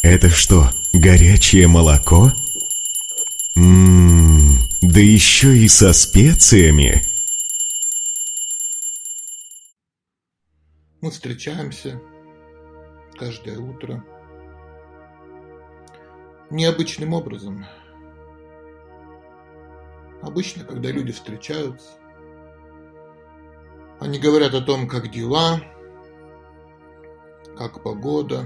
Это что, горячее молоко? Да еще и со специями. Мы встречаемся каждое утро необычным образом. Обычно, когда люди встречаются, они говорят о том, как дела, как погода,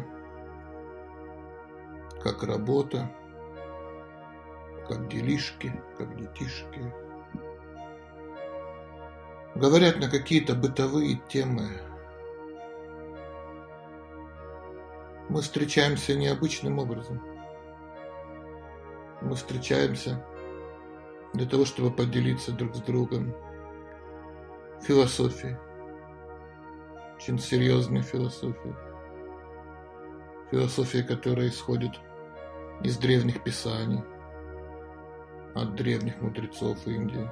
как работа, как делишки, как детишки. Говорят на какие-то бытовые темы. Мы встречаемся необычным образом. Мы встречаемся для того, чтобы поделиться друг с другом философией. Очень серьезной философией. Философией, которая исходит из древних писаний, от древних мудрецов Индии.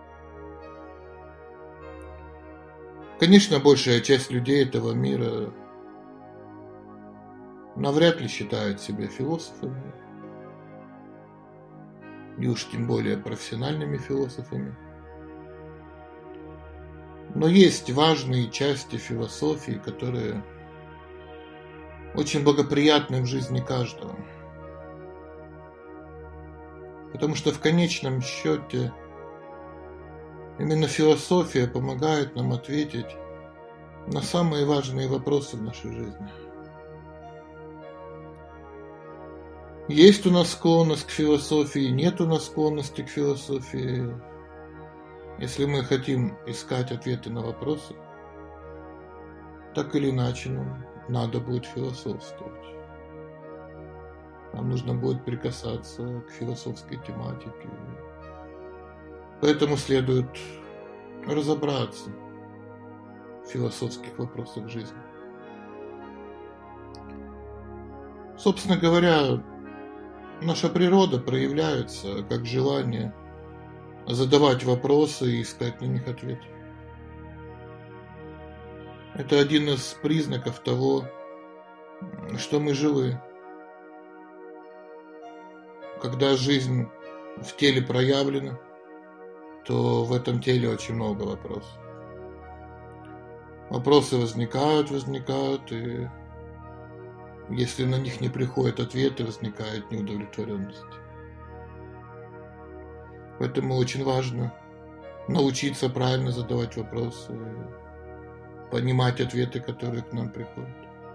Конечно, большая часть людей этого мира навряд ли считает себя философами, и уж тем более профессиональными философами. Но есть важные части философии, которые очень благоприятны в жизни каждого. Потому что в конечном счете именно философия помогает нам ответить на самые важные вопросы в нашей жизни. Есть у нас склонность к философии, нет у нас склонности к философии. Если мы хотим искать ответы на вопросы, так или иначе нам надо будет философствовать. Нам нужно будет прикасаться к философской тематике. Поэтому следует разобраться в философских вопросах жизни. Собственно говоря, наша природа проявляется как желание задавать вопросы и искать на них ответы. Это один из признаков того, что мы живы. Когда жизнь в теле проявлена, то в этом теле очень много вопросов. Вопросы возникают, и если на них не приходят ответы, возникает неудовлетворенность. Поэтому очень важно научиться правильно задавать вопросы, понимать ответы, которые к нам приходят.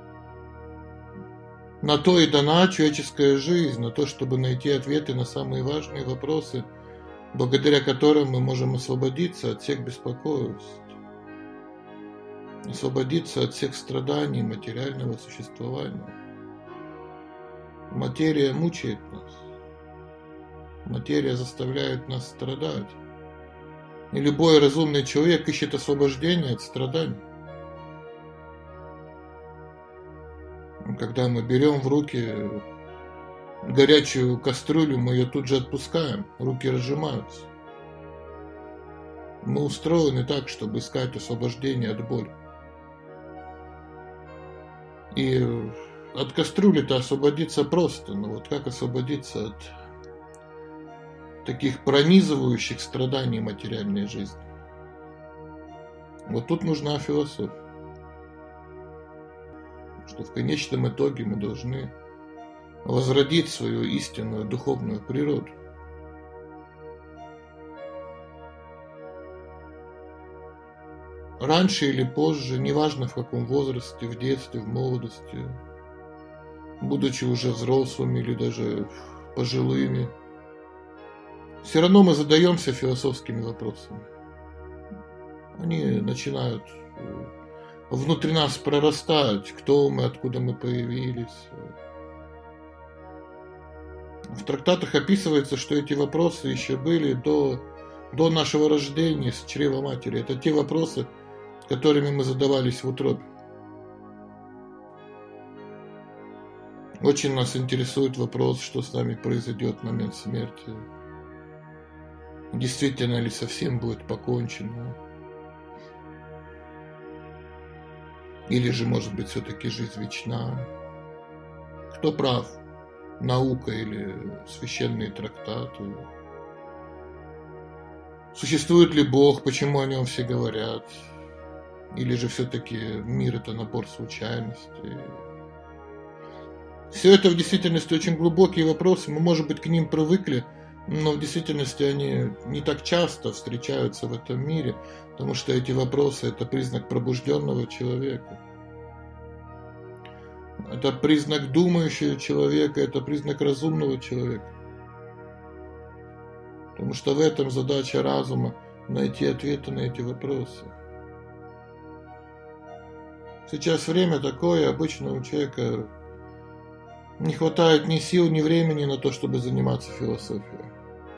На то и дана человеческая жизнь, на то, чтобы найти ответы на самые важные вопросы, благодаря которым мы можем освободиться от всех беспокойств, освободиться от всех страданий материального существования. Материя мучает нас. Материя заставляет нас страдать. И любой разумный человек ищет освобождения от страданий. Когда мы берем в руки горячую кастрюлю, мы ее тут же отпускаем, руки разжимаются. Мы устроены так, чтобы искать освобождение от боли. И от кастрюли-то освободиться просто, но вот как освободиться от таких пронизывающих страданий материальной жизни? Вот тут нужна философия. Что в конечном итоге мы должны возродить свою истинную духовную природу. Раньше или позже, неважно в каком возрасте, в детстве, в молодости, будучи уже взрослыми или даже пожилыми, все равно мы задаемся философскими вопросами. Они начинают внутри нас прорастать, кто мы, откуда мы появились. В трактатах описывается, что эти вопросы еще были до нашего рождения с чрева матери. Это те вопросы, которыми мы задавались в утробе. Очень нас интересует вопрос, что с нами произойдет в момент смерти. Действительно ли совсем будет покончено? Или же, может быть, все-таки жизнь вечна? Кто прав? наука или священные трактаты. Существует ли Бог, почему о нем все говорят? Или же все-таки мир – это набор случайностей? Все это в действительности очень глубокие вопросы, мы, может быть, к ним привыкли, но в действительности они не так часто встречаются в этом мире, потому что эти вопросы – это признак пробужденного человека. Это признак думающего человека, это признак разумного человека. Потому что в этом задача разума – найти ответы на эти вопросы. Сейчас время такое, обычно у человека не хватает ни сил, ни времени на то, чтобы заниматься философией.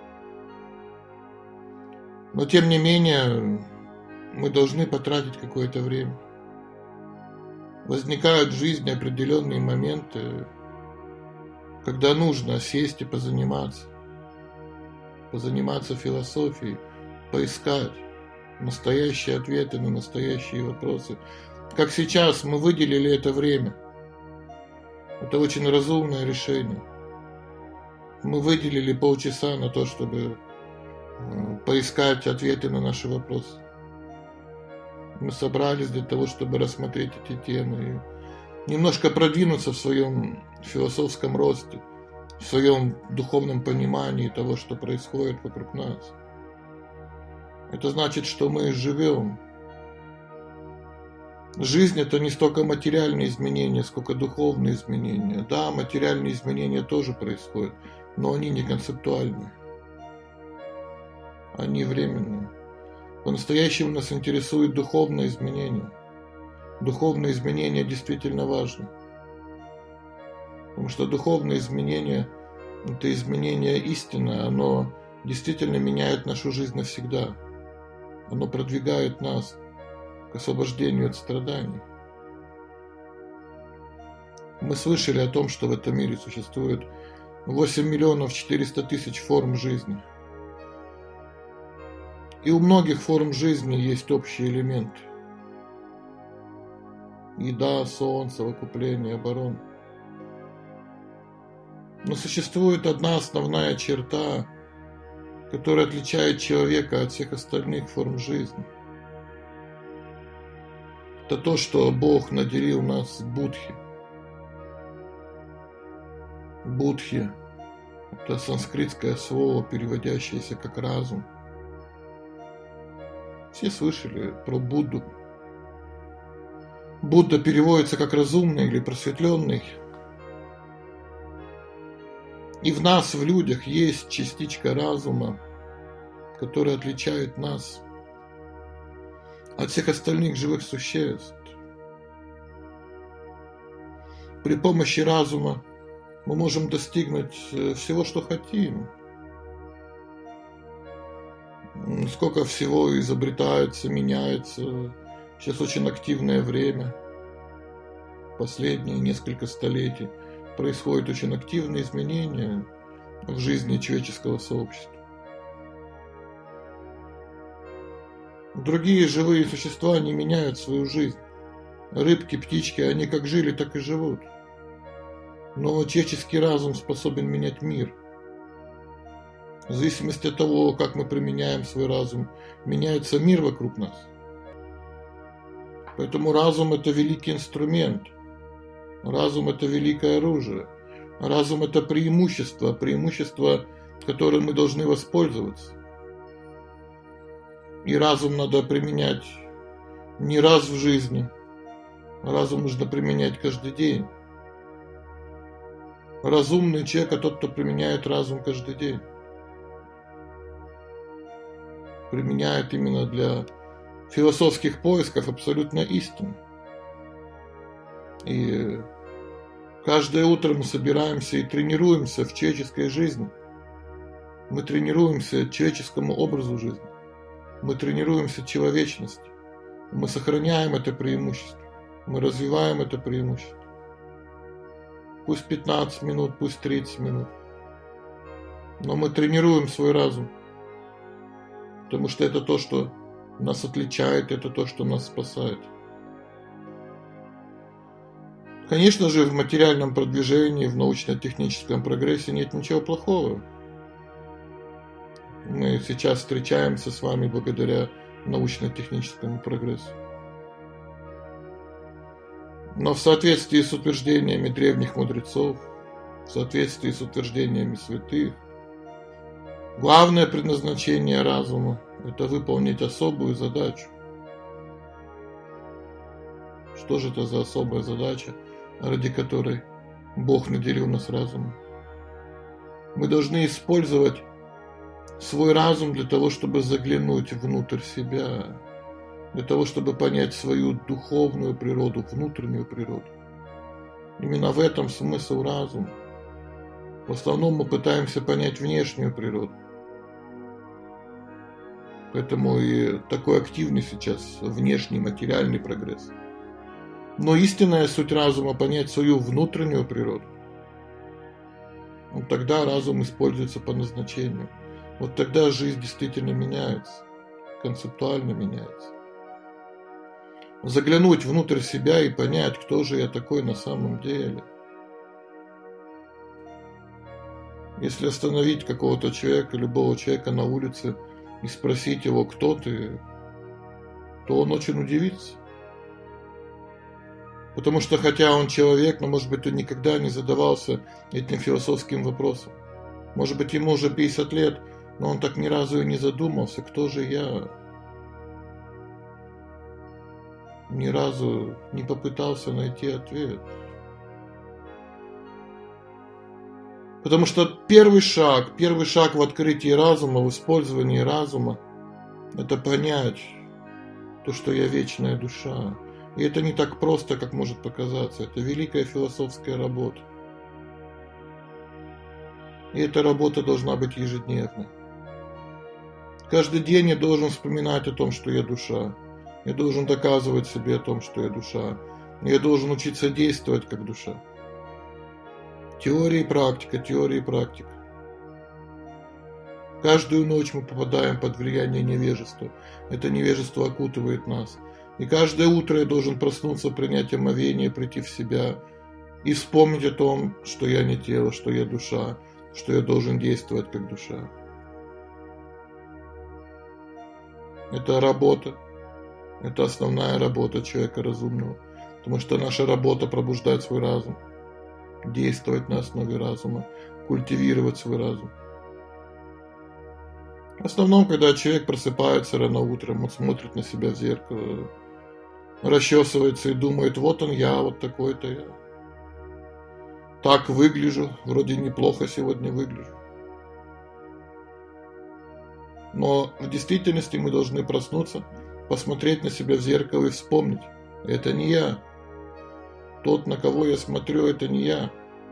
Но тем не менее, мы должны потратить какое-то время. Возникают в жизни определенные моменты, когда нужно сесть и позаниматься философией, поискать настоящие ответы на настоящие вопросы. Как сейчас мы выделили это время. Это очень разумное решение. Мы выделили полчаса на то, чтобы поискать ответы на наши вопросы. Мы собрались для того, чтобы рассмотреть эти темы и немножко продвинуться в своем философском росте, в своем духовном понимании того, что происходит вокруг нас. Это значит, что мы живем. Жизнь – это не столько материальные изменения, сколько духовные изменения. Да, материальные изменения тоже происходят, но они не концептуальные. Они временные. По-настоящему нас интересует духовное изменение. Духовное изменение действительно важно. Потому что духовное изменение – это изменение истины, оно действительно меняет нашу жизнь навсегда. Оно продвигает нас к освобождению от страданий. Мы слышали о том, что в этом мире существует 8 400 000 форм жизни. И у многих форм жизни есть общие элементы. Еда, сон, совокупление, оборона. Но существует одна основная черта, которая отличает человека от всех остальных форм жизни. Это то, что Бог наделил нас будхи. Будхи – это санскритское слово, переводящееся как разум. Все слышали про Будду. Будда переводится как разумный или просветленный. И в нас, в людях, есть частичка разума, которая отличает нас от всех остальных живых существ. При помощи разума мы можем достигнуть всего, что хотим. Сколько всего изобретается, меняется. Сейчас очень активное время. Последние несколько столетий происходят очень активные изменения в жизни человеческого сообщества. Другие живые существа не меняют свою жизнь. Рыбки, птички, они как жили, так и живут. Но человеческий разум способен менять мир. В зависимости от того, как мы применяем свой разум, меняется мир вокруг нас. Поэтому разум – это великий инструмент. Разум – это великое оружие. Разум – это преимущество, которым мы должны воспользоваться. И разум надо применять не раз в жизни. Разум нужно применять каждый день. Разумный человек – это тот, кто применяет разум каждый день. Применяет именно для философских поисков абсолютно истину. И каждое утро мы собираемся и тренируемся в человеческой жизни. Мы тренируемся человеческому образу жизни. Мы тренируемся человечности. Мы сохраняем это преимущество. Мы развиваем это преимущество. Пусть 15 минут, пусть 30 минут. Но мы тренируем свой разум. Потому что это то, что нас отличает, это то, что нас спасает. Конечно же, в материальном продвижении, в научно-техническом прогрессе нет ничего плохого. Мы сейчас встречаемся с вами благодаря научно-техническому прогрессу. Но в соответствии с утверждениями древних мудрецов, в соответствии с утверждениями святых, главное предназначение разума – это выполнить особую задачу. Что же это за особая задача, ради которой Бог наделил нас разумом? Мы должны использовать свой разум для того, чтобы заглянуть внутрь себя, для того, чтобы понять свою духовную природу, внутреннюю природу. Именно в этом смысл разума. В основном мы пытаемся понять внешнюю природу. Поэтому и такой активный сейчас внешний материальный прогресс. Но истинная суть разума – понять свою внутреннюю природу. Вот тогда разум используется по назначению. Вот тогда жизнь действительно меняется, концептуально меняется. Заглянуть внутрь себя и понять, кто же я такой на самом деле. Если остановить какого-то человека, любого человека на улице и спросить его, кто ты, то он очень удивится. Потому что хотя он человек, но может быть он никогда не задавался этим философским вопросом. Может быть ему уже 50 лет, но он так ни разу и не задумался, кто же я. Ни разу не попытался найти ответ. Потому что первый шаг в открытии разума, в использовании разума, это понять то, что я вечная душа. И это не так просто, как может показаться. Это великая философская работа. И эта работа должна быть ежедневной. Каждый день я должен вспоминать о том, что я душа. Я должен доказывать себе о том, что я душа. Я должен учиться действовать как душа. Теория и практика, теория и практика. Каждую ночь мы попадаем под влияние невежества. Это невежество окутывает нас. И каждое утро я должен проснуться, принять омовение, прийти в себя и вспомнить о том, что я не тело, что я душа, что я должен действовать как душа. Это работа. Это основная работа человека разумного. Потому что наша работа пробуждать свой разум, действовать на основе разума, культивировать свой разум. В основном, когда человек просыпается рано утром, он смотрит на себя в зеркало, расчесывается и думает, вот он я, вот такой-то я. Так выгляжу, вроде неплохо сегодня выгляжу. Но в действительности мы должны проснуться, посмотреть на себя в зеркало и вспомнить, это не я. Тот, на кого я смотрю, это не я.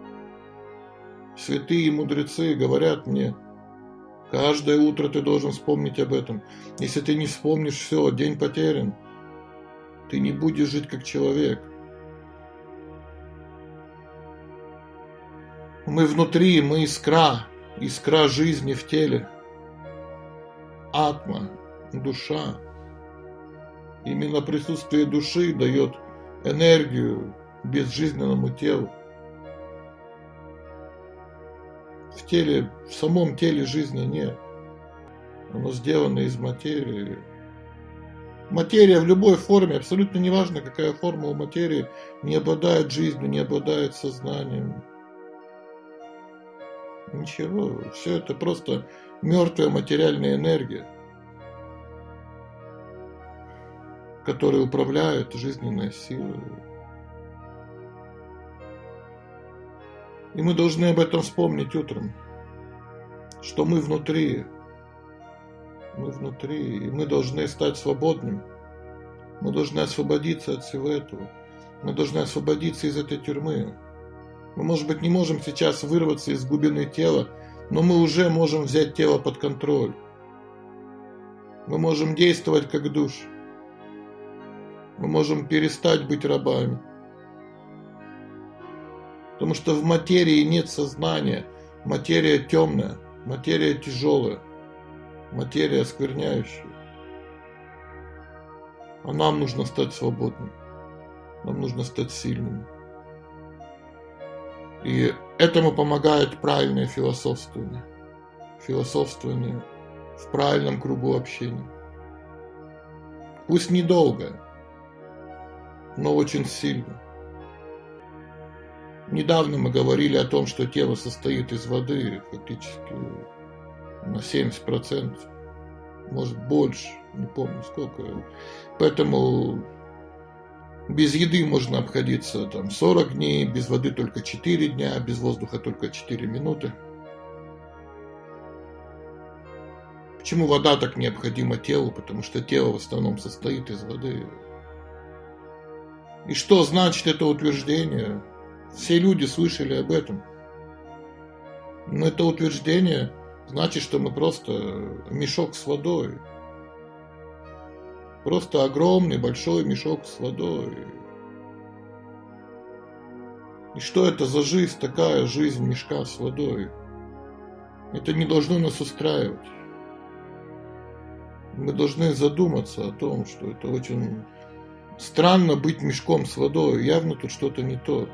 Святые мудрецы говорят мне, каждое утро ты должен вспомнить об этом. Если ты не вспомнишь, все, день потерян. Ты не будешь жить как человек. Мы внутри, мы искра жизни в теле. Атма, душа. Именно присутствие души дает энергию безжизненному телу. В самом теле жизни нет. Оно сделано из материи. Материя в любой форме, абсолютно неважно, какая форма у материи, не обладает жизнью, не обладает сознанием. Ничего, все это просто мертвая материальная энергия, которая управляет жизненной силой. И мы должны об этом вспомнить утром, что мы внутри, и мы должны стать свободными. Мы должны освободиться от всего этого. Мы должны освободиться из этой тюрьмы. Мы, может быть, не можем сейчас вырваться из глубины тела, но мы уже можем взять тело под контроль. Мы можем действовать как души. Мы можем перестать быть рабами. Потому что в материи нет сознания. Материя темная, материя тяжелая, материя оскверняющая. А нам нужно стать свободными. Нам нужно стать сильными. И этому помогает правильное философствование. Философствование в правильном кругу общения. Пусть недолго, но очень сильно. Недавно мы говорили о том, что тело состоит из воды фактически на 70%, может больше, не помню сколько. Поэтому без еды можно обходиться там 40 дней, без воды только 4 дня, без воздуха только 4 минуты. Почему вода так необходима телу? Потому что тело в основном состоит из воды. И что значит это утверждение? Все люди слышали об этом. Но это утверждение значит, что мы просто мешок с водой. Просто огромный, большой мешок с водой. И что это за жизнь такая, жизнь мешка с водой? Это не должно нас устраивать. Мы должны задуматься о том, что это очень странно быть мешком с водой. Явно тут что-то не то.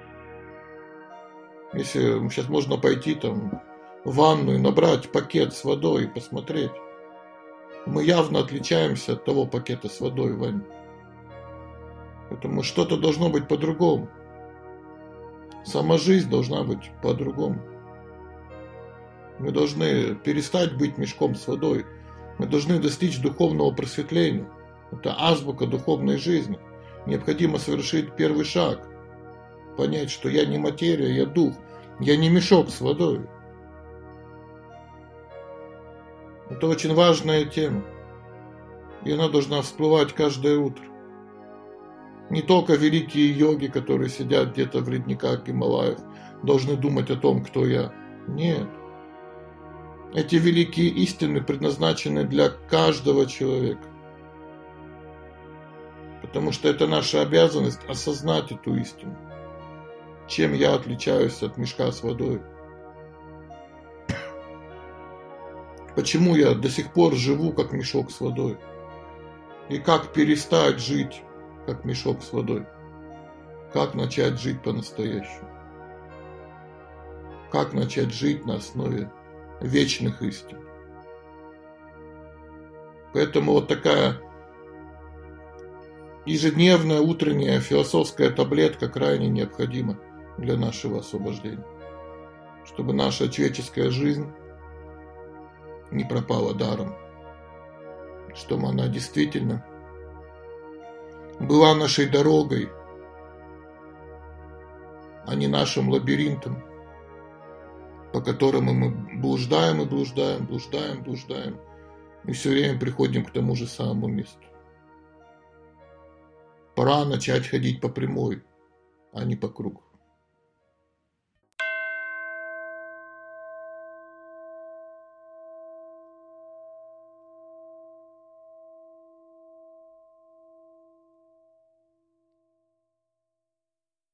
Если сейчас можно пойти там в ванную, набрать пакет с водой и посмотреть. Мы явно отличаемся от того пакета с водой в ванне. Поэтому что-то должно быть по-другому. Сама жизнь должна быть по-другому. Мы должны перестать быть мешком с водой. Мы должны достичь духовного просветления. Это азбука духовной жизни. Необходимо совершить первый шаг. Понять, что я не материя, я дух. Я не мешок с водой. Это очень важная тема. И она должна всплывать каждое утро. Не только великие йоги, которые сидят где-то в ледниках Гималаев, должны думать о том, кто я. Нет. Эти великие истины предназначены для каждого человека. Потому что это наша обязанность осознать эту истину. Чем я отличаюсь от мешка с водой? Почему я до сих пор живу как мешок с водой? И как перестать жить как мешок с водой? Как начать жить по-настоящему? Как начать жить на основе вечных истин? Поэтому вот такая ежедневная утренняя философская таблетка крайне необходима для нашего освобождения. Чтобы наша человеческая жизнь не пропала даром. Чтобы она действительно была нашей дорогой, а не нашим лабиринтом, по которому мы блуждаем и блуждаем, блуждаем, блуждаем, и все время приходим к тому же самому месту. Пора начать ходить по прямой, а не по кругу.